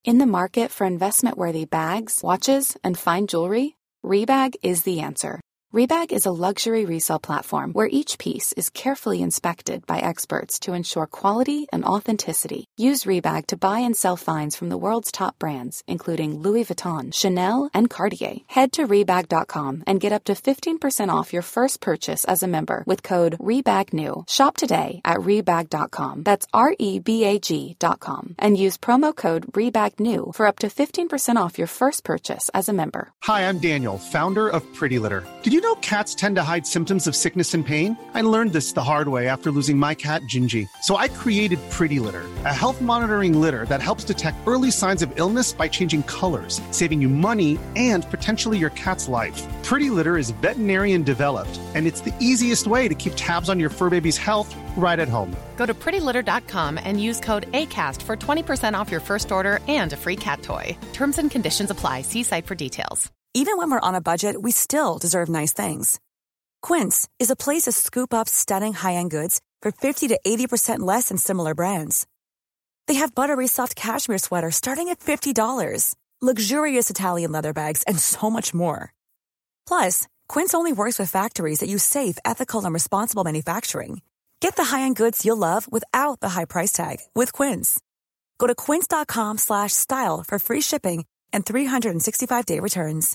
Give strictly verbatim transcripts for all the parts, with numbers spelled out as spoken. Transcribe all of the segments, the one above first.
In the market for investment-worthy bags, watches, and fine jewelry, Rebag is the answer. Rebag is a luxury resale platform where each piece is carefully inspected by experts to ensure quality and authenticity. Use Rebag to buy and sell finds from the world's top brands, including Louis Vuitton, Chanel, and Cartier. Head to Rebag dot com and get up to fifteen percent off your first purchase as a member with code REBAGNEW. Shop today at Rebag dot com. That's R E B A G dot com. And use promo code REBAGNEW for up to fifteen percent off your first purchase as a member. Hi, I'm Daniel, founder of Pretty Litter. Did you know cats tend to hide symptoms of sickness and pain? I learned this the hard way after losing my cat, Gingy. So I created Pretty Litter, a health monitoring litter that helps detect early signs of illness by changing colors, saving you money and potentially your cat's life. Pretty Litter is veterinarian developed, and it's the easiest way to keep tabs on your fur baby's health right at home. Go to pretty litter dot com and use code ACAST for twenty percent off your first order and a free cat toy. Terms and conditions apply. See site for details. Even when we're on a budget, we still deserve nice things. Quince is a place to scoop up stunning high-end goods for fifty to eighty percent less than similar brands. They have buttery soft cashmere sweaters starting at fifty dollars, luxurious Italian leather bags, and so much more. Plus, Quince only works with factories that use safe, ethical, and responsible manufacturing. Get the high-end goods you'll love without the high price tag with Quince. Go to quince dot com slash style for free shipping and three sixty-five day returns.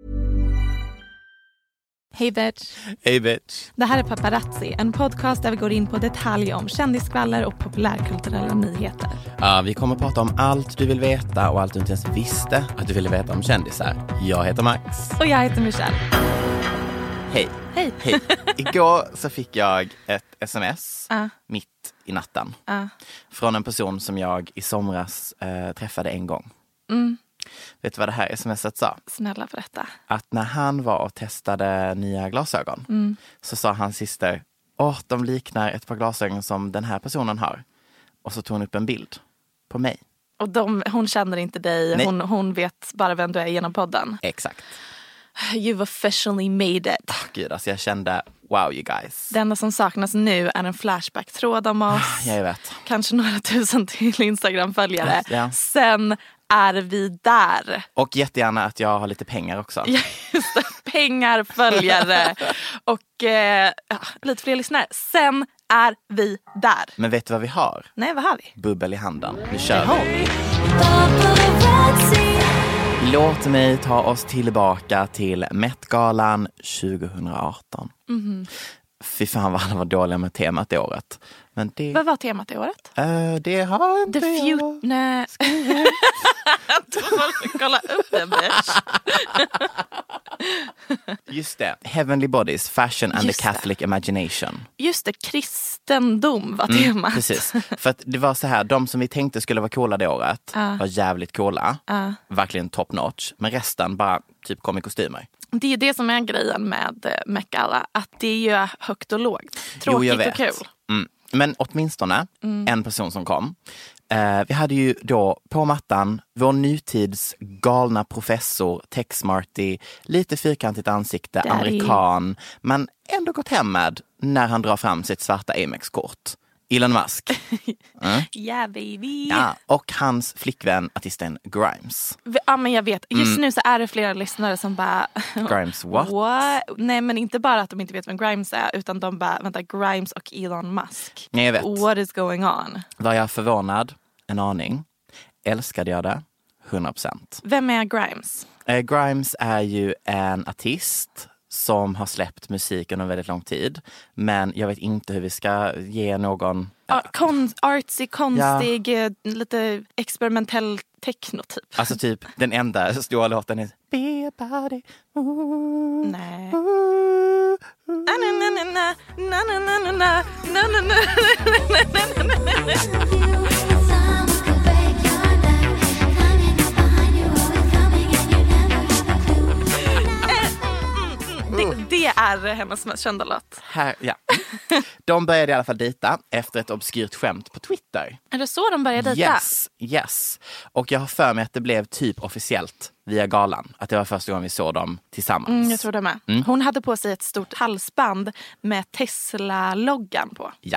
Hej bitch. Hej bitch. Det här är Paparazzi, en podcast där vi går in på detaljer om kändisskvaller och populärkulturella nyheter. Ja, vi kommer att prata om allt du vill veta och allt du inte ens visste att du ville veta om kändisar. Jag heter Max. Och jag heter Michelle. Hej. Hej. Hej. Igår så fick jag ett sms uh. mitt i natten uh. från en person som jag i somras eh, träffade en gång. Mm. Vet du vad det här smset sa? Snälla berätta. Att när han var och testade nya glasögon mm. så sa hans syster, åh, de liknar ett par glasögon som den här personen har. Och så tog hon upp en bild på mig. Och de, hon känner inte dig, hon, hon vet bara vem du är genom podden. Exakt. You've officially made it. Oh, gud, alltså jag kände, wow you guys. Det enda som saknas nu är en flashback-tråd om oss. Jag vet. Kanske några tusen till Instagram-följare. Ja. Sen är vi där. Och jättegärna att jag har lite pengar också. Ja, just det. Pengar, följare och eh, ja, lite fler lyssnare. Sen är vi där. Men vet du vad vi har? Nej, vad har vi? Bubbel i handen. Nu kör vi. Låt mig ta oss tillbaka till Met-galan tjugohundraarton. Mm-hmm. Fy fan vad alla var dåliga med temat i året. Men det... Vad var temat i året? Uh, det har inte The jag. Fut- Nej. Du får kolla upp det, bitch. Just det. Heavenly Bodies, Fashion and Just the Catholic det. Imagination. Just det, kristendom var temat. Mm, precis. För att det var så här, de som vi tänkte skulle vara coola det året uh. var jävligt coola. Uh. Verkligen top notch. Men resten bara typ kom i kostymer. Det är det som är grejen med Met-gala, att det är ju högt och lågt. Tråkigt jo, jag vet. och kul. Mm. Men åtminstone mm. en person som kom. Eh, vi hade ju då på mattan vår nutids galna professor, tech-smarty, lite fyrkantigt ansikte, Daddy. Amerikan, men ändå gått hem med när han drar fram sitt svarta Amex-kort. Elon Musk. Mm. Yeah, baby. Ja, och hans flickvän, artisten Grimes. Ja, men jag vet. Just mm. nu så är det flera lyssnare som bara... Grimes what? what? Nej, men inte bara att de inte vet vem Grimes är, utan de bara, vänta, Grimes och Elon Musk. Nej, jag vet. What is going on? Var jag förvånad? En aning. Älskade jag det? hundra procent. Vem är Grimes? Eh, Grimes är ju en artist som har släppt musik under väldigt lång tid. Men jag vet inte hur vi ska ge någon... Ja, kon- artsy, konstig, ja. Lite experimentell techno typ. Alltså typ, den enda stora låten är Be a body. Ooh, nej. Ooh, Det, det är hennes mest kända låt. Här, ja. De började i alla fall dejta efter ett obskyrt skämt på Twitter. Är det så de började dejta? Yes, yes. Och jag har för mig att det blev typ officiellt via galan. Att det var första gången vi såg dem tillsammans. Mm, jag tror det med. Mm. Hon hade på sig ett stort halsband med Tesla-loggan på. Japp.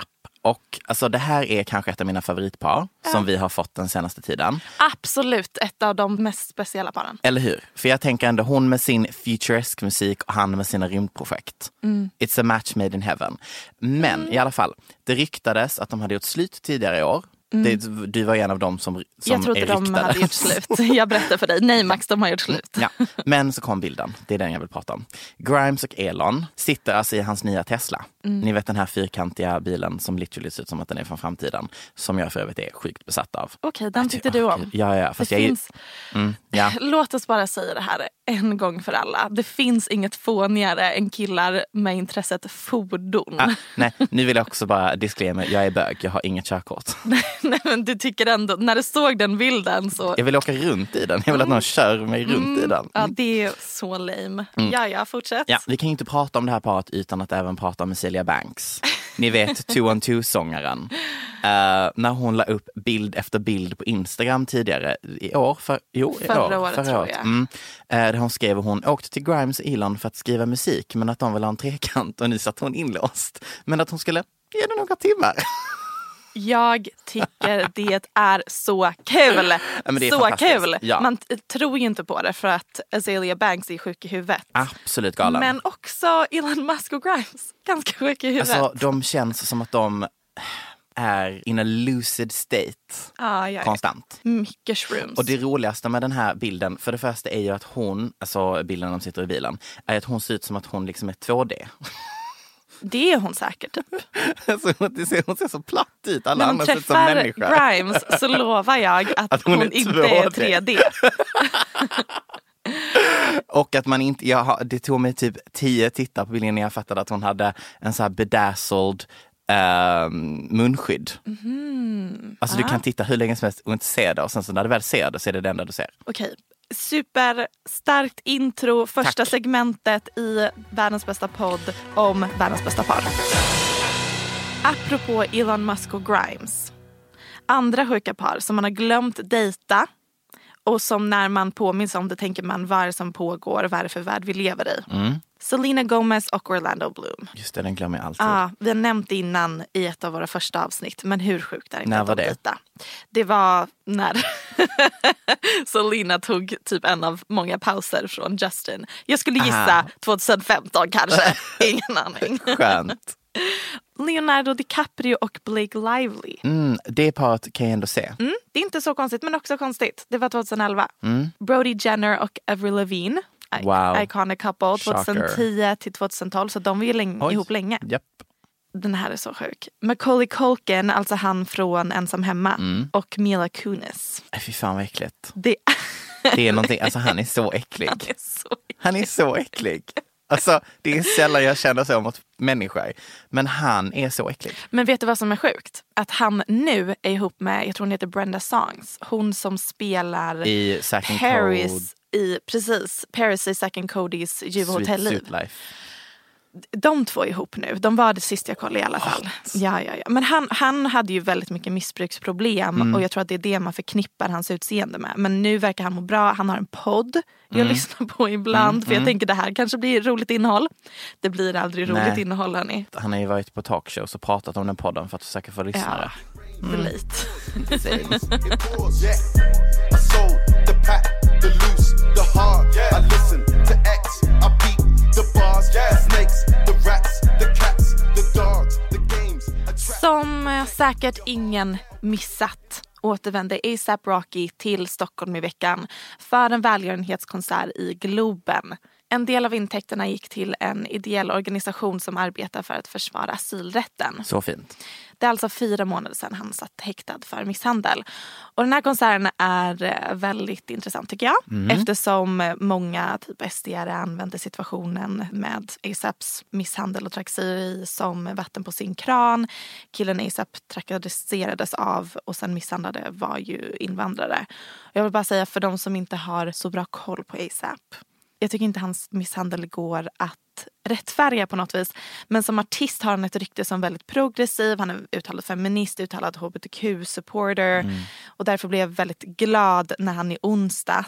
Och alltså, det här är kanske ett av mina favoritpar ja. som vi har fått den senaste tiden. Absolut ett av de mest speciella paren. Eller hur? För jag tänker ändå hon med sin futuresque musik och han med sina rymdprojekt. Mm. It's a match made in heaven. Men mm. i alla fall, det ryktades att de hade gjort slut tidigare i år. Mm. Det, du var en av dem som, som jag trodde är de ryktade. hade gjort slut. Jag berättar för dig. Nej Max, de har gjort slut. Ja. Men så kom bilden. Det är den jag vill prata om. Grimes och Elon sitter alltså i hans nya Tesla. Mm. Ni vet den här fyrkantiga bilen som literally ser ut som att den är från framtiden. Som jag för övrigt är sjukt besatt av. Okej, okay, den tyckte du om. Ja, ja. Fast det jag finns... mm, ja. Låt oss bara säga det här en gång för alla. Det finns inget fånigare än killar med intresset fordon. Ah, nej, nu vill jag också bara disclaimer. Jag är bög, jag har inget körkort. Nej, men du tycker ändå, när du såg den bilden så... Jag vill åka runt i den. Jag vill att någon kör mig runt mm. i den. Ja, det är så lame. Mm. Ja, ja, fortsätt. Ja, vi kan ju inte prata om det här paret utan att även prata om Azealia Banks. Ni vet, two on two-sångaren. Uh, när hon la upp bild efter bild på Instagram tidigare i år. För, jo, förra år, året förra tror året. jag. Mm. Uh, där hon skrev att hon åkte till Grimes och Elon för att skriva musik. Men att de vill ha en trekant och nu satt hon inlåst. Men att hon skulle ge det några timmar. Jag tycker det är så kul. Ja, det är så kul. Ja. Man t- tror ju inte på det för att Azealia Banks är sjuk i huvudet. Absolut galen. Men också Elon Musk och Grimes. Ganska sjuk i huvudet. Alltså de känns som att de är in a lucid state. Ah, ja, konstant. Mycket shrooms. Och det roligaste med den här bilden, för det första är ju att hon, alltså bilden de sitter i bilen, är att hon ser ut som att hon liksom är två D. Det är hon säkert typ. Alltså, hon, ser, hon ser så platt ut. Alla när hon andra ser ut som människor. När hon träffar Grimes så lovar jag att, att hon, hon är inte är tre D. Och att man inte, jag har, det tog mig typ tio tittar på bilden när jag fattade att hon hade en så här bedazzled uh, munskydd. Mm. Alltså ah. du kan titta hur länge som helst och inte se det. Och sen så när du väl ser det så är det det enda du ser. Okej. Superstarkt intro, första Tack. segmentet i världens bästa podd om världens bästa par. Apropå Elon Musk och Grimes. Andra sjuka par som man har glömt dejta och som när man påminns om det tänker man vad är det som pågår, vad är det för värld vi lever i. Mm. Selena Gomez och Orlando Bloom. Just det, den glömmer jag alltid. Ja, vi har nämnt innan i ett av våra första avsnitt. Men hur sjukt är det inte när att var de det? dejta? Det var när Selena tog typ en av många pauser från Justin. Jag skulle gissa Aha. tjugohundrafemton kanske. Ingen aning. Skönt. Leonardo DiCaprio och Blake Lively. Mm, det paret kan jag ändå se. Mm, det är inte så konstigt men också konstigt. Det var tjugoelva. Mm. Brody Jenner och Avril Lavigne. Wow. Iconic couple. tjugohundratio till tjugotolv. Så de var ju länge, ihop länge. Yep. Den här är så sjuk. Macaulay Culkin, alltså han från Ensam hemma. Mm. Och Mila Kunis. Äh, fy fan vad äckligt. Det, det är någonting, alltså han är så äcklig. Han är så äcklig. Han är så äcklig. Alltså det är sällan jag känner så mot människor. Men han är så äcklig. Men vet du vad som är sjukt? Att han nu är ihop med, jag tror hon heter Brenda Songs. Hon som spelar i Zack and Paris Code. i, precis, Paris i Zack and Codys Ljuv och hotellliv. Life. De två är ihop nu. De var det sista jag kollade i alla fall. Ja, ja, ja. Men han, han hade ju väldigt mycket missbruksproblem. Mm. Och jag tror att det är det man förknippar hans utseende med. Men nu verkar han må bra. Han har en podd jag mm. lyssnar på ibland. Mm. För jag mm. tänker det här kanske blir roligt innehåll. Det blir aldrig roligt Nej. innehåll, hörni. Han har ju varit på talkshows och pratat om den podden för att försöka få lyssnare. Ja, mm. lite. Som säkert ingen missat återvände A$AP Rocky till Stockholm i veckan för en välgörenhetskonsert i Globen. En del av intäkterna gick till en ideell organisation som arbetar för att försvara asylrätten. Så fint. Det är alltså fyra månader sedan han satt häktad för misshandel. Och den här konserten är väldigt intressant tycker jag. Mm. Eftersom många typ S D-are använder situationen med A$APs misshandel och trakasseri som vatten på sin kran. Killen A$AP trakasserades av och sen misshandlade var ju invandrare. Jag vill bara säga för de som inte har så bra koll på A$AP. Jag tycker inte hans misshandel går att rättfärdiga på något vis. Men som artist har han ett rykte som väldigt progressiv. Han är uttalad feminist, uttalad H B T Q-supporter. Mm. Och därför blev jag väldigt glad när han i onsdags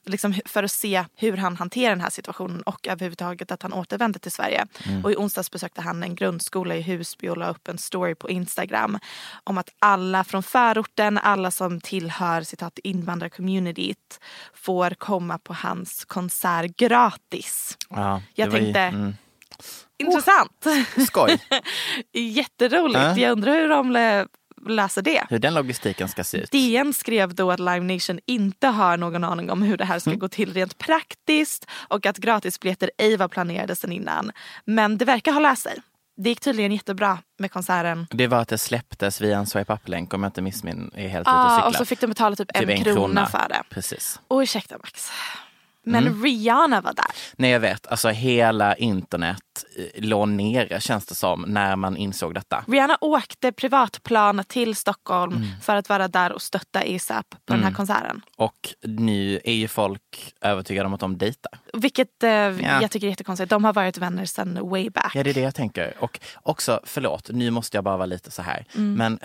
liksom, för att se hur han hanterar den här situationen och överhuvudtaget att han återvände till Sverige. Mm. Och i onsdags besökte han en grundskola i Husby och la upp en story på Instagram om att alla från förorten, alla som tillhör citat invandrarcommunityt får komma på hans konsert gratis. Ja, jag tänkte... Ju, mm. Intressant. Oh, skoj. Jätteroligt. Äh? Jag undrar hur de lä- läser det. Hur den logistiken ska se ut. D N skrev då att Live Nation inte har någon aning om hur det här ska mm. gå till rent praktiskt och att gratisbiljetter ej var planerade sedan innan. Men det verkar ha läst sig. Det gick tydligen jättebra med konserten. Det var att det släpptes via en swipe-up-länk om jag inte missmin är helt ah, ute och cyklar. Och så fick de betala typ, typ en, en krona, krona för det. Precis. Och ursäkta Max. Men mm. Rihanna var där. Nej, jag vet. Alltså hela internet låg nere, känns det som, när man insåg detta. Rihanna åkte privatplan till Stockholm mm. för att vara där och stötta A$AP på mm. den här konserten. Och nu är ju folk övertygade om att de dejtar. Vilket eh, ja. jag tycker är jättekonstigt. De har varit vänner sedan way back. Ja, det är det jag tänker. Och också, förlåt, nu måste jag bara vara lite så här. Mm. Men...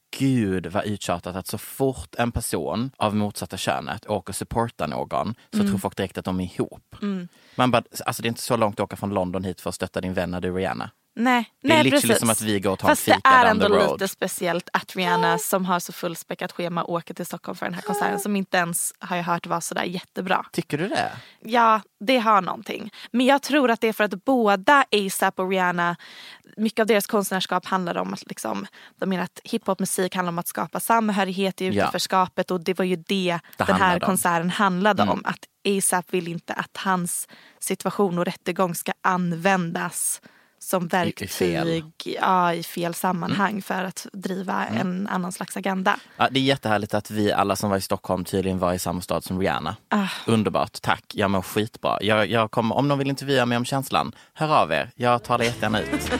Gud vad uttjatat att så fort en person av motsatta könet åker och supportar någon så mm. tror folk direkt att de är ihop. Mm. Man bara, alltså det är inte så långt att åka från London hit för att stötta din vän när du är Rihanna. Nej, det är nej, literally precis. som att vi går och tar Fast en fika down the road. Fast det är ändå lite speciellt att Rihanna som har så fullspäckat schema åker till Stockholm för den här konserten som inte ens har jag hört var sådär jättebra. Tycker du det? Ja, det har någonting. Men jag tror att det är för att båda A$AP och Rihanna, mycket av deras konstnärskap handlar om att liksom, de menar att hiphopmusik handlar om att skapa samhörighet i utanförskapet ja. Och det var ju det, det den här konserten om. handlade mm. om. Att A$AP vill inte att hans situation och rättegång ska användas som verktyg I fel, ja, i fel sammanhang mm. för att driva mm. en annan slags agenda. Ja, det är jättehärligt att vi alla som var i Stockholm tydligen var i samma stad som Rihanna. Ah. Underbart, tack. Jag mår skitbra. Jag, jag kommer, om någon vill intervjua mig om känslan, hör av er. Jag tar det jättegärna ut.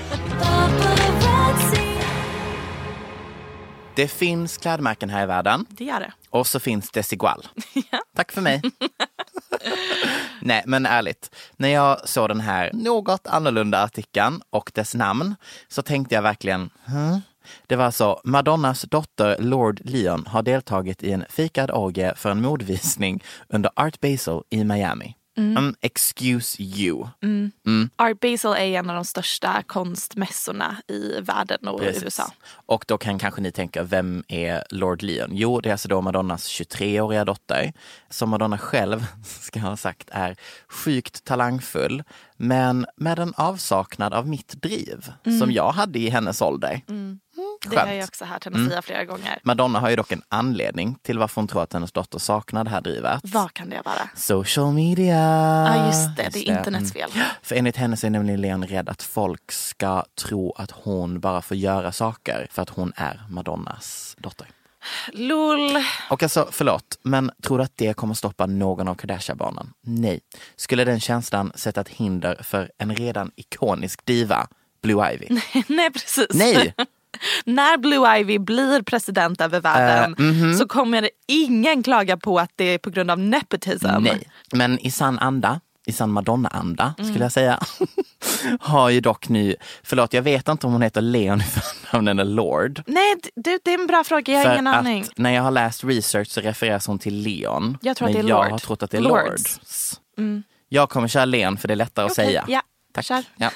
Det finns klädmärken här i världen. Det gör det. Och så finns Desigual. Ja. Tack för mig. Nej, men ärligt. När jag såg den här något annorlunda artikeln och dess namn så tänkte jag verkligen, huh? Det var så, Madonnas dotter Lord Leon har deltagit i en fikad orgie för en modvisning under Art Basel i Miami. Mm. Um, excuse you. Mm. Mm. Art Basel är en av de största konstmässorna i världen och Precis. i U S A. Och då kan kanske ni tänka, vem är Lord Leon? Jo, det är alltså då Madonnas tjugotreåriga dotter som Madonna själv ska ha sagt är sjukt talangfull men med en avsaknad av mitt driv mm. som jag hade i hennes ålder. Mm. Det har jag också hört henne mm. säga flera gånger. Madonna har ju dock en anledning till varför hon tror att hennes dotter saknar det här drivet. Vad kan det vara? Social media. Ja, just det. Just det är internets fel. Mm. För enligt henne är nämligen Leon rädd att folk ska tro att hon bara får göra saker för att hon är Madonnas dotter. Lol. Och alltså, förlåt, men tror du att det kommer stoppa någon av Kardashian-barnen? Nej. Skulle den känslan sätta ett hinder för en redan ikonisk diva, Blue Ivy? Nej, nej precis. Nej. När Blue Ivy blir president över världen uh, mm-hmm. så kommer det ingen klaga på att det är på grund av nepotism. Nej, men i sann anda, i sann Madonna-anda mm. skulle jag säga, har ju dock nu, förlåt jag vet inte om hon heter Leon för eller Lord. Nej, det, det är en bra fråga, jag har för ingen aning. Att när jag har läst research så refereras hon till Leon. Jag tror men att det är jag Lord. har trott att det är Lords. Lords. Mm. Jag kommer köra Leon för det är lättare okay. att säga. Ja, tack. Kör. Ja.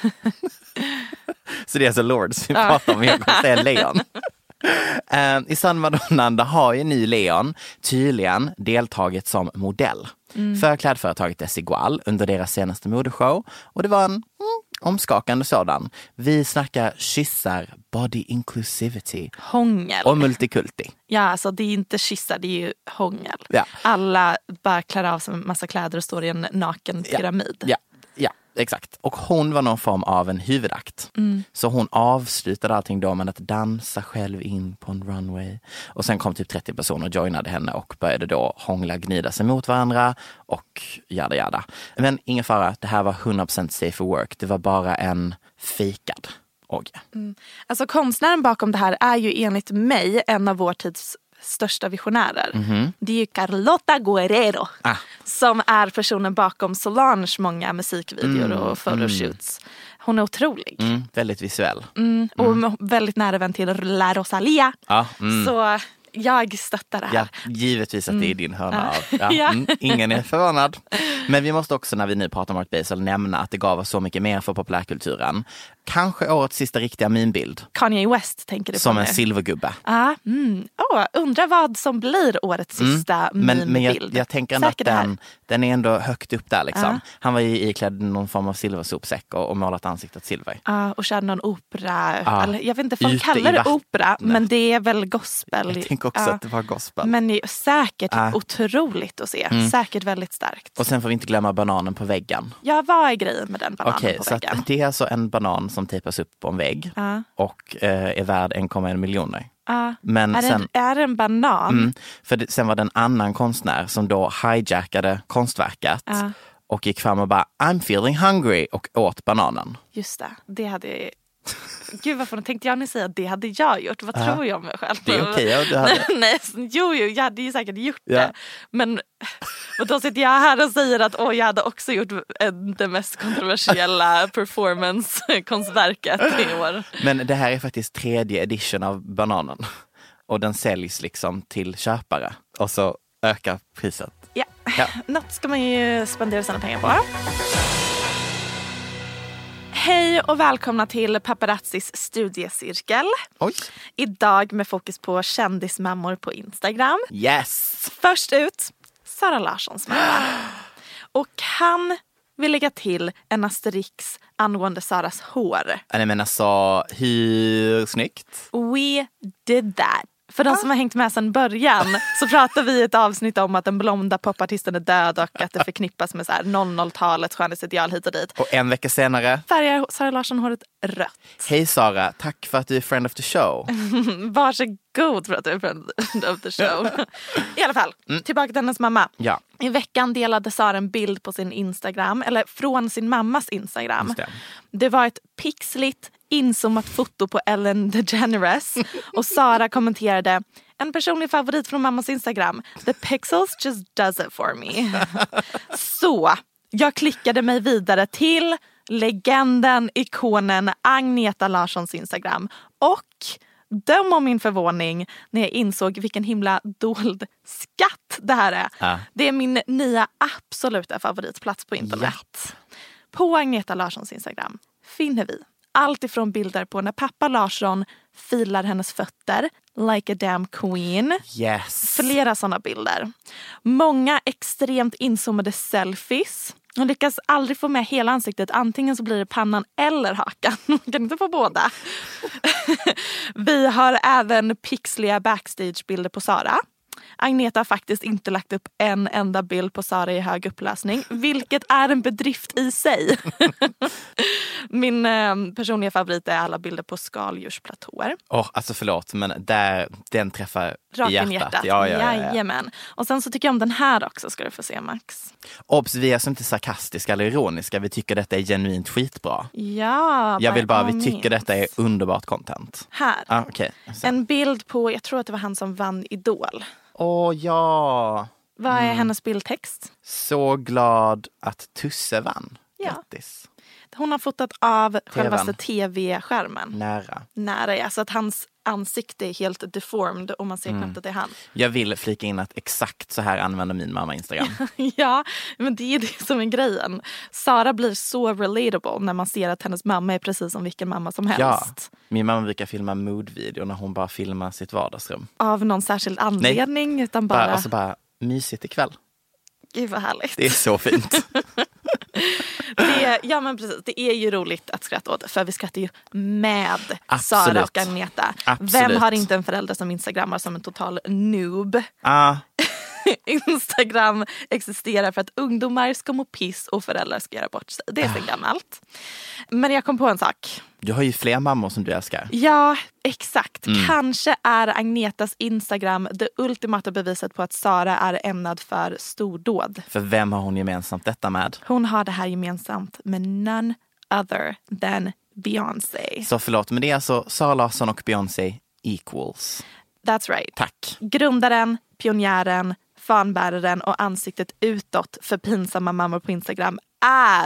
Så det är alltså Lords vi pratar om, jag kommer säga Leon. Uh, I San Madonna har ju nu Leon tydligen deltagit som modell mm. för klädföretaget Desigual under deras senaste modeshow. Och det var en mm, omskakande sådan. Vi snackar kyssar, body inclusivity. Hångel. Och multikulti. Ja, alltså det är inte kyssar, det är ju hångel. Ja. Alla bara klär av sig en massa kläder och står i en naken pyramid. Ja, ja. ja. Exakt. Och hon var någon form av en huvudakt. Mm. Så hon avslutade allting då med att dansa själv in på en runway. Och sen kom typ trettio personer och joinade henne och började då hångla, gnida sig mot varandra och jada jada. Men ingen fara, det här var hundra procent safe for work. Det var bara en fejkad orgie. Mm. Alltså konstnären bakom det här är ju enligt mig en av vår tids största visionärer. Mm-hmm. Det är ju Carlota Guerrero ah. som är personen bakom Solange många musikvideor mm, och photoshoots. Mm. Hon är otrolig. Mm, väldigt visuell. Mm, och mm. väldigt nära vän till La Rosalia. Ah, mm. Så jag stöttar det här. Ja, givetvis att det är din hörna av. Ja, Ja. mm, ingen är förvånad. Men vi måste också när vi nu pratar om Art Basel nämna att det gav oss så mycket mer för populärkulturen. Kanske årets sista riktiga minbild. Kanye West tänker du på Som nu. en silvergubbe. Ah, mm. oh, undrar vad som blir årets sista Mm. Men, men jag, minbild. jag tänker ändå att Säkert det här. den, den är ändå högt upp där liksom. Ja. Han var ju iklädd någon form av silversopsäck och, och målat ansiktet silver. Ja, och körde någon opera. Ja. Eller, jag vet inte, folk Ute kallar i det vattnet. opera, men det är väl gospel. Jag tänker också Ja. att det var gospel. Men det är säkert Ja. otroligt att se. Mm. Säkert väldigt starkt. Och sen får vi inte glömma bananen på väggen. Ja, vad är grejen med den bananen Okej, på så att väggen? det är alltså en banan som tejpas upp på en vägg Ja. och eh, är värd en komma en miljoner. Ja. Men Är, sen, det, är det en banan? mm, för det, sen var det en annan konstnär som då hijackade konstverket Ja. och gick fram och bara I'm feeling hungry och åt bananen. Just det, det hade... Gud, varför tänkte jag nu säga att det hade jag gjort? Vad Ja. tror jag om mig själv? Det är okej, ja, du hade... Nej, jo, jo, jag hade ju säkert gjort Ja. det. Men och då sitter jag här och säger att åh, jag hade också gjort en, det mest kontroversiella performance-konstverket i år. Men det här är faktiskt tredje edition av bananen. Och den säljs liksom till köpare. Och så ökar priset. Ja, Ja. något ska man ju spendera sina pengar på. Hej och välkomna till Paparazzis studiecirkel. Oj. Idag med fokus på kändismammor på Instagram. Yes! Först ut, Sara Larssons mamma. Och han vill lägga till en asterix angående Saras hår. Nej men alltså, hur snyggt? We did that. För de som har hängt med sedan början så pratar vi i ett avsnitt om att den blonda popartisten är död och att det förknippas med så här noll noll-talets skönhetsideal hit och dit. Och en vecka senare. Färgar Sara Larsson håret rött. Hej Sara, tack för att du är friend of the show. Varsågod för att du är friend of the show. I alla fall, Mm. tillbaka till hennes mamma. Ja. I veckan delade Sara en bild på sin Instagram, eller från sin mammas Instagram. Just det. Det var ett pixligt, inzoomat foto på Ellen DeGeneres och Sara kommenterade: en personlig favorit från mammas Instagram. The pixels just does it for me. Så jag klickade mig vidare till legenden, ikonen Agneta Larssons Instagram och döm om min förvåning när jag insåg vilken himla dold skatt det här är. Ja. Det är min nya absoluta favoritplats på internet. På Agneta Larssons Instagram finner vi allt ifrån bilder på när pappa Larsson filar hennes fötter like a damn queen. Yes. Flera sådana bilder. Många extremt inzoomade selfies. Hon lyckas aldrig få med hela ansiktet. Antingen så blir det pannan eller hakan. Hon kan inte få båda. Vi har även pixliga backstagebilder på Sara. Agneta har faktiskt inte lagt upp en enda bild på Sara i hög upplösning, vilket är en bedrift i sig. Min eh, personliga favorit är alla bilder på skaldjursplatåer. Oh, alltså förlåt, men där, den träffar Rakt i in hjärtat. hjärtat. Ja, ja, ja, ja. Jajamän. Och sen så tycker jag om den här också, ska du få se, Max. Obs, vi är alltså inte sarkastiska eller ironiska. Vi tycker detta är genuint skitbra. Ja, Jag vill bara, by vi all tycker means. detta är underbart content. Här. Ah, okay. En bild på, jag tror att det var han som vann Idol. Åh oh, ja. Vad är Mm. hennes bildtext? Så glad att Tusse vann. Ja. Grattis. Hon har fotat av T V:n. självaste tv-skärmen. Nära. Nära, ja. Så att hans ansikte är helt deformed och man ser Mm. knappt att det är han. Jag vill flika in att exakt så här använder min mamma Instagram. Ja, men det är det som är grejen. Sara blir så relatable när man ser att hennes mamma är precis som vilken mamma som helst. Ja, min mamma brukar filma mood-video när hon bara filmar sitt vardagsrum. Av någon särskild anledning. Utan bara, Bara, och så bara, mysigt ikväll. gud vad härligt. Det är så fint. Det är, ja men precis, det är ju roligt att skratta åt, för vi skrattar ju med Absolut. Sara och Agneta. Absolut. Vem har inte en förälder som instagrammar som en total noob? Ah, Instagram existerar för att ungdomar ska må piss och föräldrar ska göra bort sig. Det är så gammalt. Men jag kom på en sak. du har ju fler mammor som du älskar. Ja, exakt. Mm. Kanske är Agnetas Instagram det ultimata beviset på att Sara är ämnad för stordåd. För vem har hon gemensamt detta med? Hon har det här gemensamt med none other than Beyoncé. Så förlåt, men det är alltså Sara Larsson och Beyoncé equals. That's right. Tack. Grundaren, pionjären, fanbäraren och ansiktet utåt för pinsamma mammor på Instagram är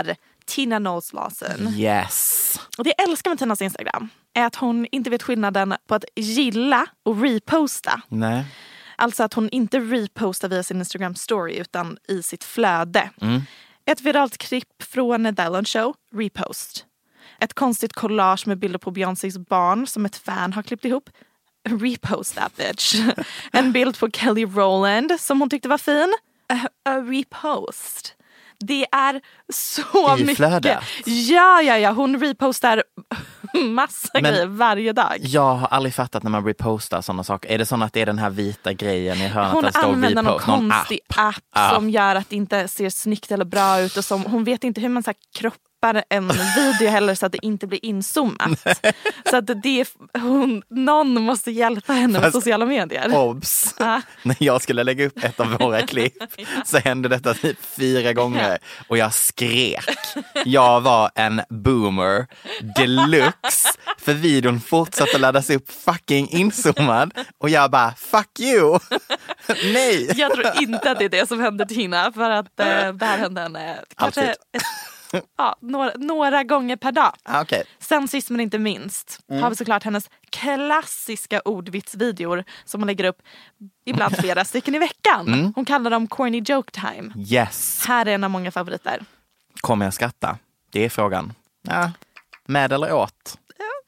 Tina Knowles Lawson. Yes. Och det jag älskar med Tinas Instagram är att hon inte vet skillnaden på att gilla och reposta. Nej. Alltså att hon inte repostar via sin Instagram story utan i sitt flöde. Mm. Ett viralt klipp från The Ellen Show, repost. Ett konstigt collage med bilder på Beyoncés barn som ett fan har klippt ihop. Repost that bitch. En bild på Kelly Rowland som hon tyckte var fin. A, a repost. Det är så I mycket. flödet. Ja, ja, ja. Hon repostar massa Men grejer varje dag. Jag har aldrig fattat när man repostar sådana saker. Är det så att det är den här vita grejen i hörnet? Hon att står använder någon repost, någon konstig app, app Ah. som gör att det inte ser snyggt eller bra ut. Och som, hon vet inte hur man så här, kroppar en video heller så att det inte blir inzoomat. Så att det är, hon, någon måste hjälpa henne med Fast, sociala medier. Obs! Ah. När jag skulle lägga upp ett av våra klipp Ja. så hände detta typ fyra gånger och jag skrek. Jag var en boomer deluxe för videon fortsatte laddas upp fucking inzoomad och jag bara fuck you. Nej. Jag tror inte att det är det som hände Tina för att eh, det här hände henne kanske Alltid. ett, ja, några, några gånger per dag. Ah, okay. Sen sist men inte minst Mm. har vi såklart hennes klassiska ordvitsvideor som hon lägger upp ibland flera stycken i veckan. Mm. Hon kallar dem corny joke time. Yes. Här är en av många favoriter. Kommer jag skratta? Det är frågan. Ja. Med eller åt?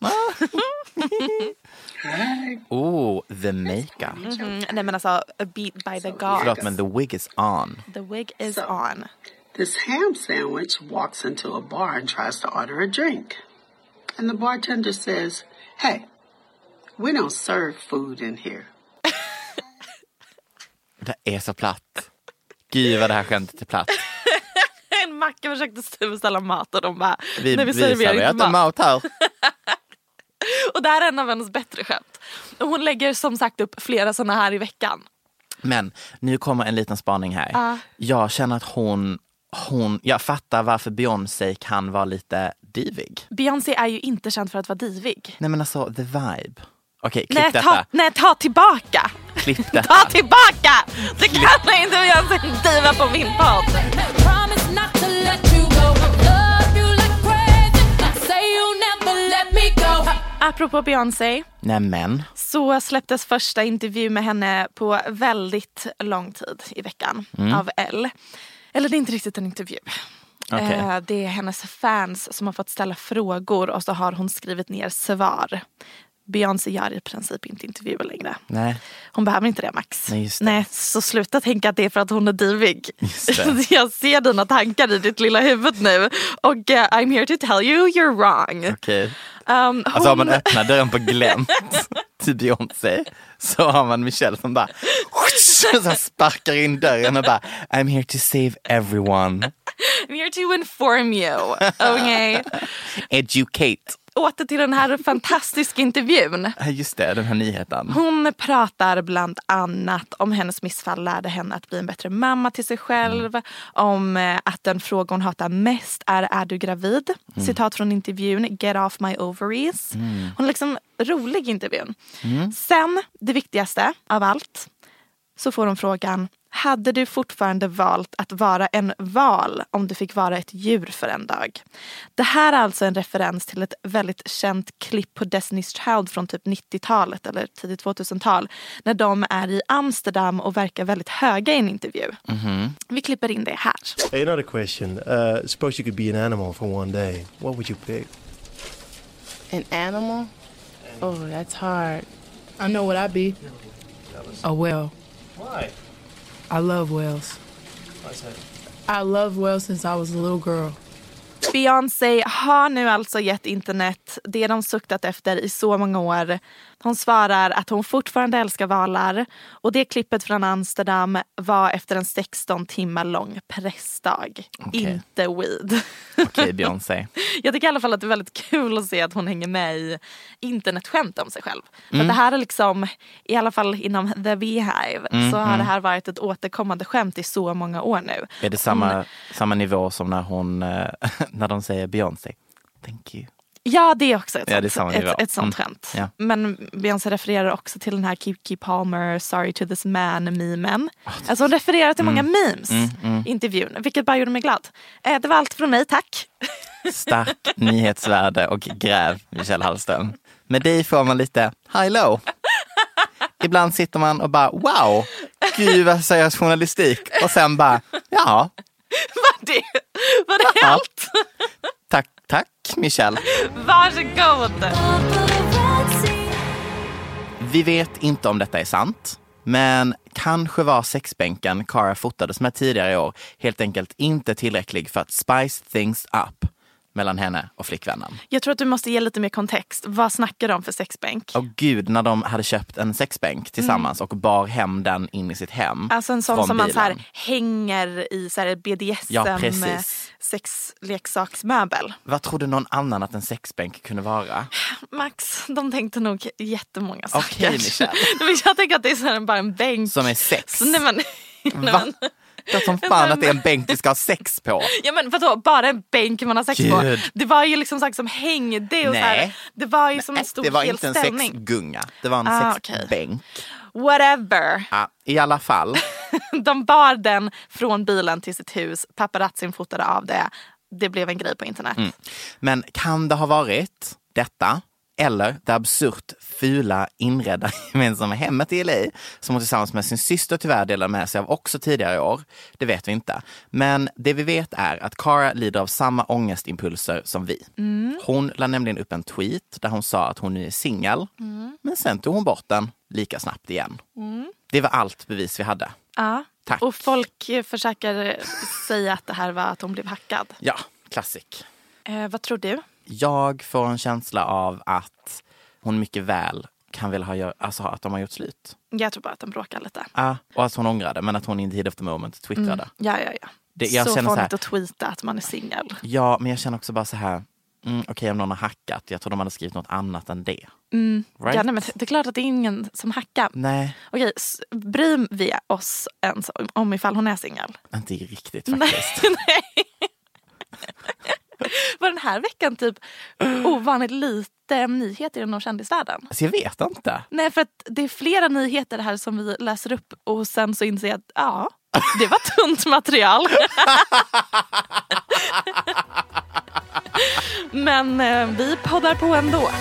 Oh, the makeup. Mm, nej men alltså, a beat by the gods. Förlåt, men the wig is on. The wig is on. This ham sandwich walks into a bar and tries to order a drink. And the bartender says, "Hey, we don't serve food in here." Det är så platt. Gud vad det här skämtet är platt. En macka försökte beställa mat och de bara, Vi, nej vi vi serverar inte mat. mat här. Och det här är en av hennes bättre skämt. Och hon lägger som sagt upp flera sådana här i veckan. Men nu kommer en liten spaning här. Ah. Jag känner att hon, hon, jag fattar varför Beyoncé kan vara lite divig. Beyoncé är ju inte känd för att vara divig. Nej men alltså, the vibe. Okej, klipp Nej, detta. ta, nej, ta tillbaka! Klipp detta. Ta tillbaka! Det kan inte Beyoncé diva på min podd. Apropå Beyoncé Nämen. så släpptes första intervju med henne på väldigt lång tid i veckan Mm. av Elle. Eller det är inte riktigt en intervju. Okay. Eh, det är hennes fans som har fått ställa frågor och så har hon skrivit ner svar. Beyoncé gör i princip inte intervjuer längre. Nej. Hon behöver inte det, Max. Nej, just det. Nej, så sluta tänka att det är för att hon är divig. Just det. Jag ser dina tankar i ditt lilla huvud nu. Och uh, I'm here to tell you you're wrong. Okej. Um, Alltså hon... om man öppnar dörren på glänt till Beyoncé så har man Michelle som bara så sparkar in dörren och bara I'm here to save everyone. I'm here to inform you. Okay. Educate. Åter till den här fantastiska intervjun. Just det, den här nyheten. Hon pratar bland annat om hennes missfall lärde henne att bli en bättre mamma till sig själv. Mm. Om eh, att den fråga hon hatar mest är, är du gravid? Mm. Citat från intervjun, get off my ovaries. Mm. Hon är liksom rolig i intervjun. Mm. Sen, det viktigaste av allt, så får hon frågan, hade du fortfarande valt att vara en val om du fick vara ett djur för en dag? Det här är alltså en referens till ett väldigt känt klipp på Destiny's Child från typ nittiotalet eller tidigt tvåtusental. När de är i Amsterdam och verkar väldigt höga i en intervju. Mm-hmm. Vi klipper in det här. Hey, another question. Uh, suppose you could be an animal for one day. What would you pick? An animal? Oh, that's hard. I know what I'd be. A whale. Why? I love whales. I love whales since I was a little girl. Beyoncé har nu alltså gett internet det de suktat efter i så många år. Hon svarar att hon fortfarande älskar valar. Och det klippet från Amsterdam var efter en sexton timmar lång pressdag. Okay. Inte weed. Okej, okay, Beyoncé. Jag tycker i alla fall att det är väldigt kul att se att hon hänger med i internetskämt om sig själv. För Mm. att det här är liksom, i alla fall inom The Beehive, Mm, så har mm. det här varit ett återkommande skämt i så många år nu. Är det samma, hon, samma nivå som när hon när de säger Beyoncé? Thank you. Ja, det är också ett, Ja, sånt, det är samma ett, nivå. ett sånt Mm. skämt. Ja. Men Beyoncé refererar också till den här Keke Palmer Sorry to this man-memen. Alltså hon refererar till många memes Mm, mm. i intervjun, vilket bara gjorde mig glad. Eh, det var allt från mig, tack. Stark nyhetsvärde och gräv, Michelle Hallström. Med dig får man lite high-low. Ibland sitter man och bara, wow, gud vad seriös journalistik. Och sen bara, ja. Var det, var det Ja. allt? Tack, tack Michelle. Varsågod. Vi vet inte om detta är sant, men kanske var sexbänken Cara fotades med tidigare i år helt enkelt inte tillräcklig för att spice things up mellan henne och flickvännen. Jag tror att du måste ge lite mer kontext. Vad snackar de för sexbänk? Och gud, när de hade köpt en sexbänk tillsammans mm. och bar hem den in i sitt hem. Alltså en sån från som man bilen. så här hänger i så här B D S M Ja, precis. sexleksaksmöbel. Vad trodde någon annan att en sexbänk kunde vara? Max, de tänkte nog jättemånga saker. Okej, Michelle. Men jag tänker att det är så här bara en bänk. Som är sex? Nej, men, nej, Va? men, Det som fan att det är en bänk du ska ha sex på. Ja, men vadå, bara en bänk man har sex Gud. på. Det var ju liksom sagt som hängde och så här, det var ju som en stor det var hel inte en ställning. sexgunga. Det var en Ah, sexbänk. Whatever. Ja, i alla fall. De bar den från bilen till sitt hus. Paparazzin fotade av det. Det blev en grej på internet. Mm. Men kan det ha varit detta? Eller det absurt fula inredda gemensamma hemmet i L A som hon tillsammans med sin syster tyvärr delade med sig av också tidigare i år. Det vet vi inte. Men det vi vet är att Cara lider av samma ångestimpulser som vi. Mm. Hon la nämligen upp en tweet där hon sa att hon nu är singel. Mm. Men sen tog hon bort den lika snabbt igen. Mm. Det var allt bevis vi hade. Ja. Tack. Och folk försöker säga att det här var att hon blev hackad. Ja, klassik. Eh, vad tror du? Jag får en känsla av att hon mycket väl kan väl ha gör, alltså att de har gjort slut. Jag tror bara att de bråkar lite. Ja, och att hon ångrade, men att hon in the heat of the moment twittrade. Mm. Ja, ja, ja. Det, jag så känner fånigt så här, att tweeta att man är singel. Ja, men jag känner också bara så här, mm, okej okay, om någon har hackat, jag tror de hade skrivit något annat än det. Mm. Right? Ja, nej, men det är klart att det är ingen som hackar. Nej. Okej, bryr vi oss ens om ifall hon är singel? Inte riktigt faktiskt. Nej, nej. Var den här veckan typ ovanligt lite nyheter inom kändisvärlden? Alltså jag vet inte. Nej, för att det är flera nyheter här som vi läser upp och sen så inser jag att ja, det var tunt material. Men eh, vi poddar på ändå.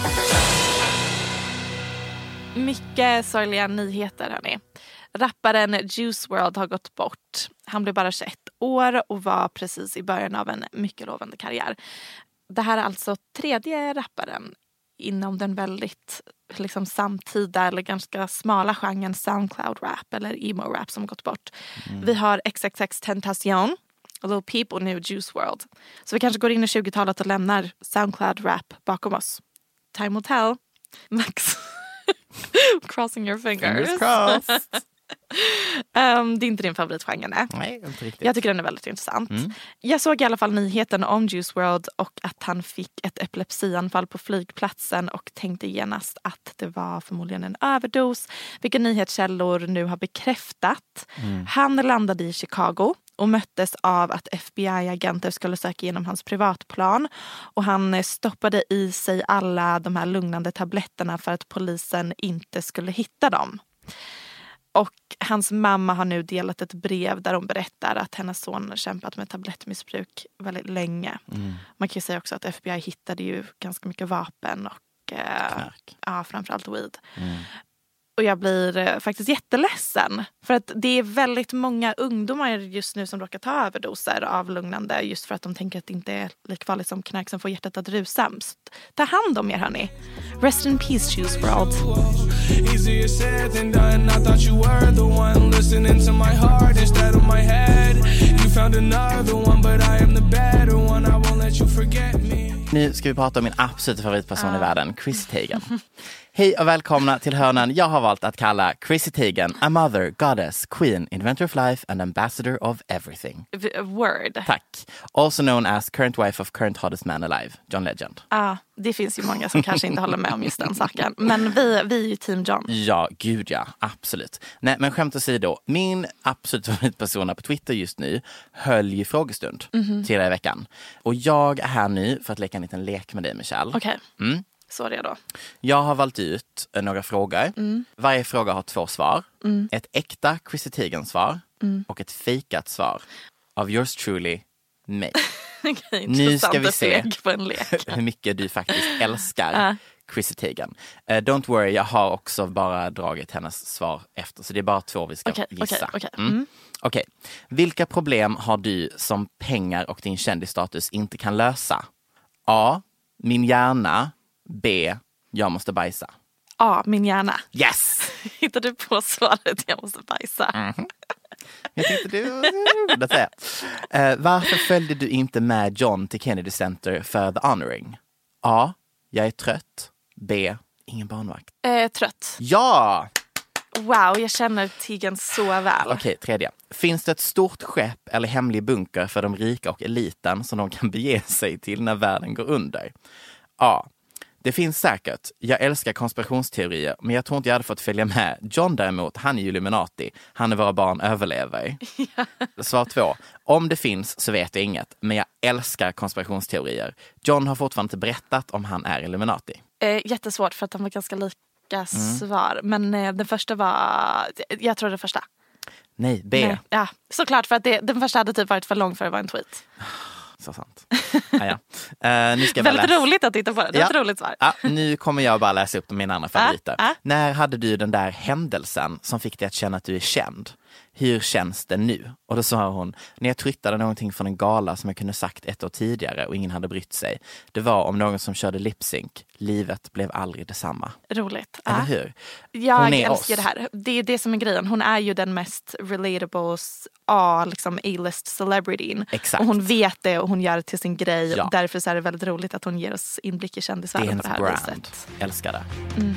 Mycket sorgliga nyheter, hörni. Rapparen Juice world har gått bort. Han blev bara tjugoett år och var precis i början av en mycket lovande karriär. Det här är alltså tredje rapparen inom den väldigt liksom, samtida eller ganska smala genren SoundCloud-rap eller emo-rap som har gått bort. Mm. Vi har X X X Tentacion, Lil Peep och nu Juice world. Så vi kanske går in i tjugotalet och lämnar SoundCloud-rap bakom oss. Time will tell. Max. Crossing your fingers. Fingers crossed. um, det är inte din favoritgenre, nej. Nej, inte riktigt. Jag tycker den är väldigt intressant. Mm. Jag såg i alla fall nyheten om Juice world och att han fick ett epilepsianfall på flygplatsen och tänkte genast att det var förmodligen en överdos, vilka nyhetskällor nu har bekräftat. Mm. Han landade i Chicago och möttes av att F B I-agenter skulle söka igenom hans privatplan. Och han stoppade i sig alla de här lugnande tabletterna för att polisen inte skulle hitta dem. Och hans mamma har nu delat ett brev där hon berättar att hennes son kämpat med tablettmissbruk väldigt länge. Mm. Man kan ju säga också att F B I hittade ju ganska mycket vapen och eh, ja, framförallt weed. Mm. Och jag blir eh, faktiskt jätteledsen. För att det är väldigt många ungdomar just nu som råkar ta överdoser av lugnande. Just för att de tänker att det inte är lika farligt som knark som får hjärtat att rusa. Så ta hand om er, hörni. Rest in peace, Juice world. Easier said than done. I thought you were the one listening to my heart instead of my head. You found another one but I am the better one. I won't let you forget me. Nu ska vi prata om min absoluta favoritperson uh. i världen, Chris Teigen. Hej och välkomna till hörnan jag har valt att kalla Chrissy Teigen a mother, goddess, queen, inventor of life and ambassador of everything. Word. Tack. Also known as current wife of current hottest man alive, John Legend. Ja, ah, det finns ju många som kanske inte håller med om just den saken. Men vi, vi är ju team John. Ja, gud ja, absolut. Nej, men skämt åsido, min absolut favoritperson på Twitter just nu höll ju frågestund mm-hmm. tidigare i veckan. Och jag är här nu för att leka en liten lek med dig, Michelle. Okej. Okay. Mm. Så redo. Jag har valt ut några frågor. Mm. Varje fråga har två svar. Mm. Ett äkta Chrissy Teigen-svar mm. och ett fejkat svar av yours truly, mig. Okay, nu ska vi se på en lek. hur mycket du faktiskt älskar uh. Chrissy Teigen. Uh, don't worry, jag har också bara dragit hennes svar efter. Så det är bara två vi ska okay, gissa. Okej, okay, okay. mm. mm. okay. Vilka problem har du som pengar och din kändisstatus inte kan lösa? A. Min hjärna. B. Jag måste bajsa. A. Min hjärna. Yes! Hittar du på svaret jag måste bajsa? Mm-hmm. Jag tänkte du borde säga. Uh, varför följde du inte med John till Kennedy Center för the honoring? A. Jag är trött. B. Ingen barnvakt. Eh, trött. Ja! Wow, jag känner Teigen så väl. Okej, okay, tredje. Finns det ett stort skepp eller hemlig bunker för de rika och eliten som de kan bege sig till när världen går under? A. Det finns säkert. Jag älskar konspirationsteorier, men jag tror inte jag hade fått följa med. John däremot, han är ju Illuminati. Han är våra barn överlever. Ja. Svar två. Om det finns så vet jag inget, men jag älskar konspirationsteorier. John har fortfarande inte berättat om han är Illuminati. Eh, jättesvårt för att de var ganska lika mm. svar. Men eh, den första var, jag tror det första. Nej, B. Nej. Ja, såklart för att det, den första hade typ varit för lång för att vara en tweet. Så sant. Ah, ja. uh, nu ska jag Väldigt läsa. roligt att titta på det. Det är ja. ett roligt svar. Ja, nu kommer jag bara läsa upp mina andra favoriter. Ah, ah. När hade du den där händelsen som fick dig att känna att du är känd? Hur känns det nu? Och då sa hon, när jag twittade någonting från en gala som jag kunde sagt ett år tidigare och ingen hade brytt sig. Det var om någon som körde lip-sync. Livet blev aldrig detsamma. Roligt. Eller ah. hur? Jag älskar oss. det här. Det är det som är grejen. Hon är ju den mest relatable A, liksom A-list celebrityn. Exakt. Och hon vet det och hon gör det till sin grej. Ja. Och därför så är det väldigt roligt att hon ger oss inblick i kändisvärlden på det här brand. viset. Älskar det. Mm.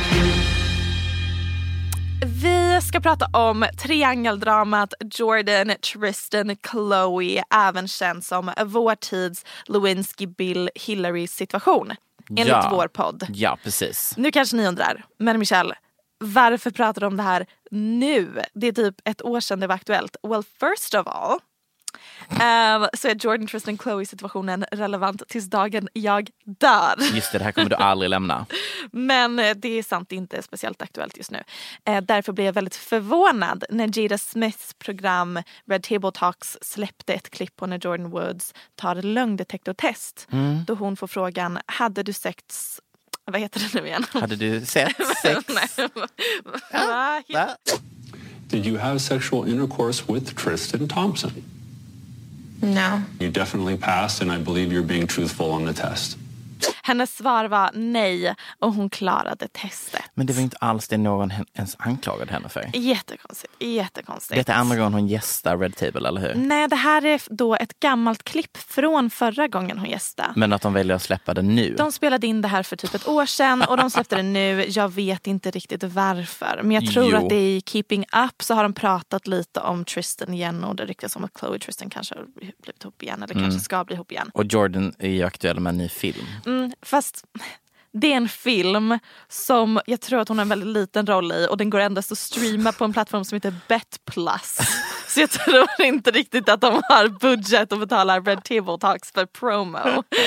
Vi ska prata om triangeldramat Jordan, Tristan, Khloe, även känd som vår tids Lewinsky, Bill, Hillary situation. Enligt ja. vår podd. Ja, precis. Nu kanske ni undrar, men Michelle, varför pratar du om det här nu? Det är typ ett år sedan det var aktuellt. Well, first of all, um, så är Jordan, Tristan, Khloe-situationen relevant tills dagen jag dör. Just det, det här kommer du aldrig lämna. Men det är sant, inte speciellt aktuellt just nu. Eh, därför blev jag väldigt förvånad när Jada Smiths program Red Table Talks släppte ett klipp på när Jordan Woods tar lögndetektortest. Mm. Då hon får frågan, hade du sex... Vad heter det nu igen? Hade du sett sex? ja, ja. Did you have sexual intercourse with Tristan Thompson? No. You definitely passed, and I believe you're being truthful on the test. Hennes svar var nej och hon klarade testet. Men det var inte alls det någon ens anklagade henne för. Jättekonstigt, jättekonstigt. Detta är andra gången hon gästar Red Table, eller hur? Nej, det här är då ett gammalt klipp från förra gången hon gästade. Men att de väljer att släppa det nu? De spelade in det här för typ ett år sedan och de släppte det nu. Jag vet inte riktigt varför. Men jag tror jo. att det är i Keeping Up så har de pratat lite om Tristan igen och det ryktas om att Khloe och Tristan kanske har blivit ihop igen eller mm. kanske ska bli ihop igen. Och Jordan är ju aktuell med en ny film. Mm, fast det är en film som jag tror att hon har en väldigt liten roll i och den går endast att streama på en plattform som heter Bet Plus. Så jag tror inte riktigt att de har budget att betala Red Table Talks för promo.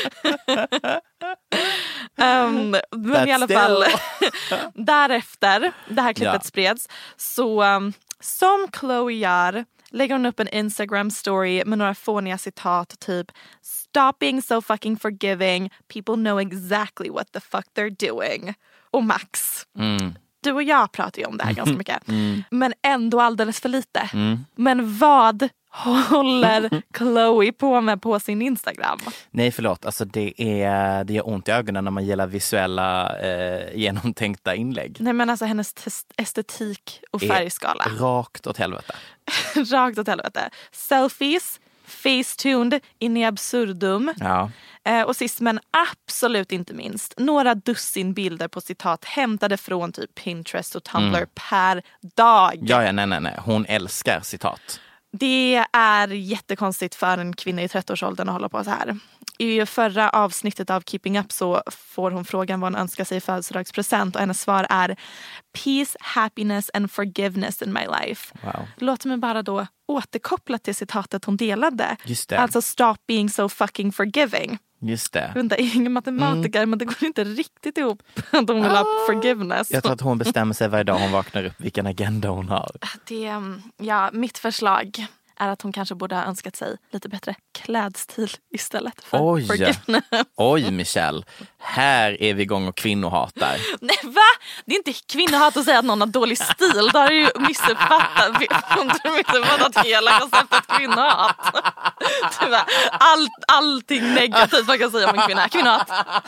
um, men That's i alla fall därefter, det här klippet yeah. spreds, så um, som Khloe gör lägger hon upp en Instagram story med några fåniga citat typ "Stop being so fucking forgiving. People know exactly what the fuck they're doing." Och Max. Mm. Du och jag pratar ju om det här ganska mycket. Mm. Men ändå alldeles för lite. Mm. Men vad håller Khloe på med på sin Instagram? Nej, förlåt. Alltså det, är, det gör ont i ögonen när man gillar visuella eh, genomtänkta inlägg. Nej, men alltså hennes test- estetik och färgskala. Är rakt åt helvete. Rakt åt helvete. Selfies, facetuned in absurdum. Ja. Eh, och sist men absolut inte minst, några dussin bilder på citat hämtade från typ Pinterest och Tumblr mm. per dag. Ja, ja, nej, nej, nej. Hon älskar citat. Det är jättekonstigt för en kvinna i trettioårsåldern att hålla på så här. I förra avsnittet av Keeping Up så får hon frågan vad hon önskar sig i födelsedagspresent och hennes svar är peace, happiness and forgiveness in my life. Wow. Låt mig bara då återkoppla till citatet hon delade. Just det. Alltså stop being so fucking forgiving. Just det. Jag är ingen matematiker mm. men det går inte riktigt ihop att hon vill ha forgiveness. Jag tror att hon bestämmer sig varje dag hon vaknar upp vilken agenda hon har. Det, ja, mitt förslag är att hon kanske borde ha önskat sig lite bättre klädstil istället för Oj, forgiveness. Oj, Michelle. Här är vi igång och kvinnohatar. Nej, va? Det är inte kvinnohat att säga att någon har dålig stil. Då har du ju missuppfattat. Hon har missuppfattat hela konceptet kvinnohat. All, allting negativt man kan säga om en kvinna. Kvinnohat.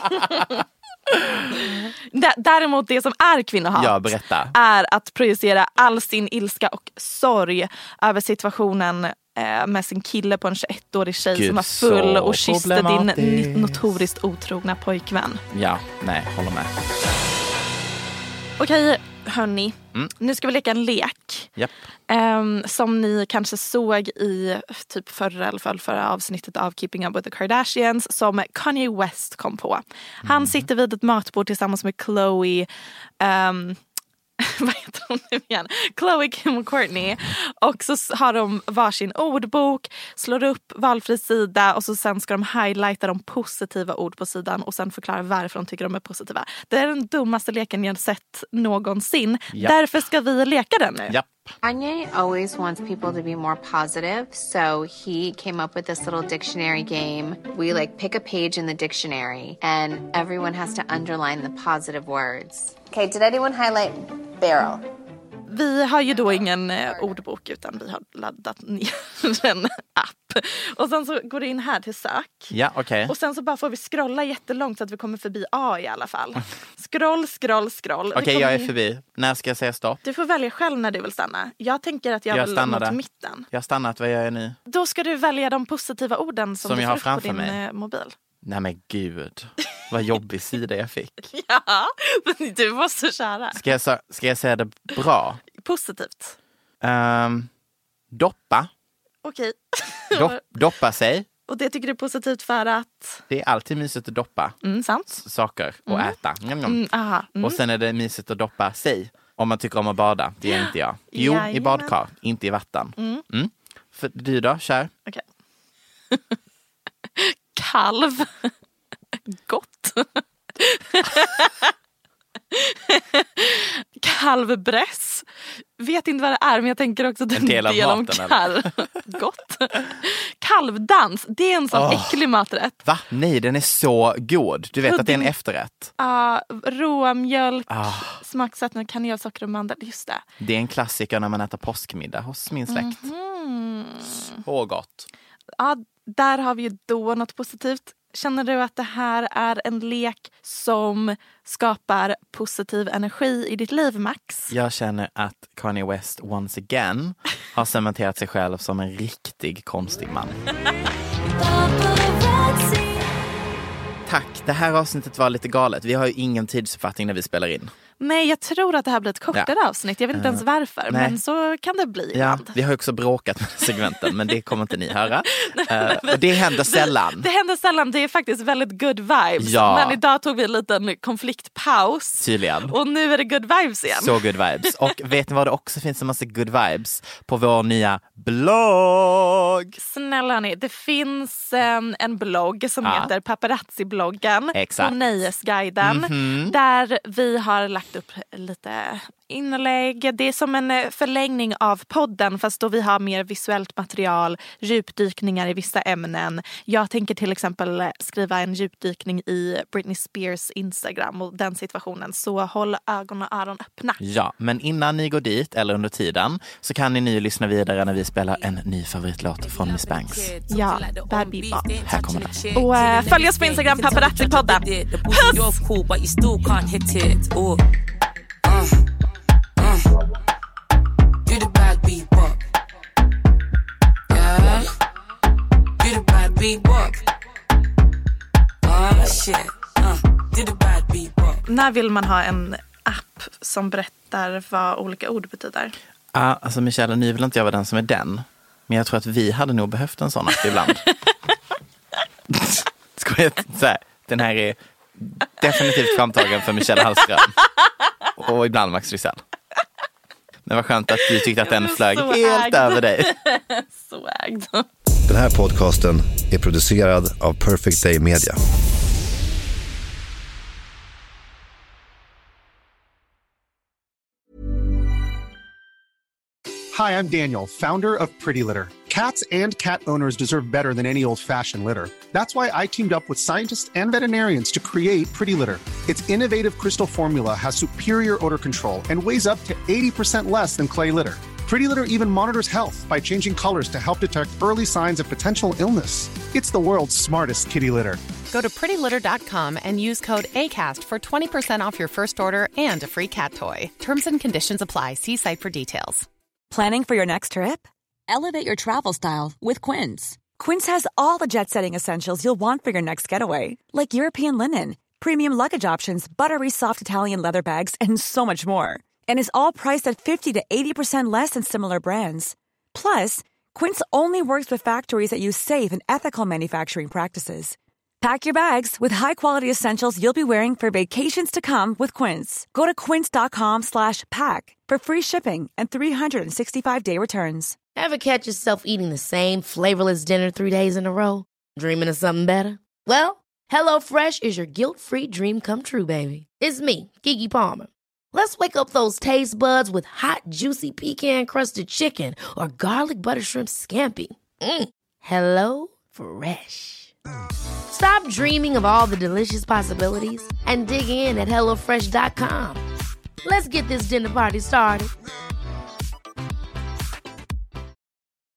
Däremot det som är kvinnohat ja, berätta. är att projicera all sin ilska och sorg över situationen eh, med sin kille på en tjugoettårig tjej Gud, som var full och kysste din notoriskt otrogna pojkvän. Ja, nej, håller med. Okej, hörni. Mm. Nu ska vi leka en lek. Yep. Um, som ni kanske såg i typ förra eller förra, förra avsnittet av Keeping Up with the Kardashians som Kanye West kom på. Han mm. sitter vid ett matbord tillsammans med Khloe um, vad heter hon nu igen? Khloe, Kim och Kourtney. Och så har de varsin ordbok, slår upp valfri sida och så sen ska de highlighta de positiva ord på sidan och sen förklara varför de tycker de är positiva. Det är den dummaste leken jag sett någonsin. Yep. Därför ska vi leka den nu. Yep. Kanye always wants people to be more positive, so he came up with this little dictionary game. We like pick a page in the dictionary and everyone has to underline the positive words. Okay, did anyone highlight barrel? Vi har ju då ingen eh, ordbok utan vi har laddat ner en app. Och sen så går det in här till sök. Ja, okej. Okay. Och sen så bara får vi scrolla jättelångt så att vi kommer förbi A i alla fall. Scroll, scroll, scroll. Okej, okay, jag är förbi. När ska jag säga stopp? Du får välja själv när du vill stanna. Jag tänker att jag, jag vill mot mitten. Jag har stannat, vad gör jag nu? Då ska du välja de positiva orden som, som du får upp på din mig. mobil. Nej men gud, vad jobbig sida jag fick. Ja, men du måste köra. Ska jag, ska jag säga det bra? Positivt. Um, doppa. Okej. Dop, doppa sig. Och det tycker du är positivt för att? Det är alltid mysigt att doppa mm, sant. saker och mm. äta. Mm, aha, mm. Och sen är det mysigt att doppa sig. Om man tycker om att bada, det är inte jag. Jo, ja, i badkar, ja. Inte i vatten. Mm. Mm. För du då, kör. Okej. Okay. Kalv. Gott. Kalvbräss. Vet inte vad det är, men jag tänker också att det är en del, del om kalv. Gott. Kalvdans, det är en sån oh. äcklig maträtt. Va? Nej, den är så god. Du vet Pudding. Att det är en efterrätt. Ja, uh, råmjölk, oh. smaksatt med kanelsocker och mandel. Just det. Det är en klassiker när man äter påskmiddag hos min släkt. Mm-hmm. Så gott. Ja, där har vi ju då något positivt. Känner du att det här är en lek som skapar positiv energi i ditt liv, Max? Jag känner att Kanye West once again har cementerat sig själv som en riktig konstig man. Tack, det här avsnittet var lite galet. Vi har ju ingen tidsuppfattning när vi spelar in. Nej, jag tror att det här blir ett kortare ja. avsnitt. Jag vet inte uh, ens varför, nej. men så kan det bli. Ja, vi har också bråkat med segmenten, men det kommer inte ni höra. Uh, och det händer sällan. Det händer sällan, det är faktiskt väldigt good vibes. Ja. Men idag tog vi en liten konfliktpaus. Tydligen. Och nu är det good vibes igen. Så good vibes. Och vet ni vad det också finns en massa good vibes på vår nya blogg? Snälla ni, det finns en, en blogg som ja. heter Paparazzi-bloggen. Exakt. På Nöjesguiden. Mm-hmm. Där vi har lagt upp lite inlägg. Det är som en förlängning av podden fast då vi har mer visuellt material, djupdykningar i vissa ämnen. Jag tänker till exempel skriva en djupdykning i Britney Spears Instagram och den situationen. Så håll ögon och öron öppna. Ja, men innan ni går dit eller under tiden så kan ni nu lyssna vidare när vi spelar en ny favoritlåt från Miss Banks. Ja, Bad Bebop. Här kommer det. Och äh, följ oss på Instagram, Paparazzi-podden. Puss! Uh, uh, you the bad bebop, yeah. You the bad bebop, När vill man ha en app som berättar vad olika ord betyder? Ja, alltså Michelle, nu vill inte jag vara den som är den. Men jag tror att vi hade nog behövt en sån app ibland. Skojar, så här, den här är definitivt framtagen för Michelle Hallström. Och ibland Max Rysell. Men vad skönt att du tyckte att den flög helt ägd. Över dig. Så ägd. Den här podcasten är producerad av Perfect Day Media. Hi, I'm Daniel, founder of Pretty Litter. Cats and cat owners deserve better than any old-fashioned litter. That's why I teamed up with scientists and veterinarians to create Pretty Litter. Its innovative crystal formula has superior odor control and weighs up to eighty percent less than clay litter. Pretty Litter even monitors health by changing colors to help detect early signs of potential illness. It's the world's smartest kitty litter. Go to pretty litter dot com and use code ACAST for twenty percent off your first order and a free cat toy. Terms and conditions apply. See site for details. Planning for your next trip? Elevate your travel style with Quince. Quince has all the jet-setting essentials you'll want for your next getaway, like European linen, premium luggage options, buttery soft Italian leather bags, and so much more. And is all priced at fifty to eighty percent less than similar brands. Plus, Quince only works with factories that use safe and ethical manufacturing practices. Pack your bags with high-quality essentials you'll be wearing for vacations to come with Quince. Go to quince dot com slash pack for free shipping and three sixty-five day returns. Ever catch yourself eating the same flavorless dinner three days in a row? Dreaming of something better? Well, HelloFresh is your guilt-free dream come true, baby. It's me, Keke Palmer. Let's wake up those taste buds with hot, juicy pecan-crusted chicken or garlic butter shrimp scampi. Mm. Hello Fresh. Stop dreaming of all the delicious possibilities and dig in at hello fresh dot com. Let's get this dinner party started.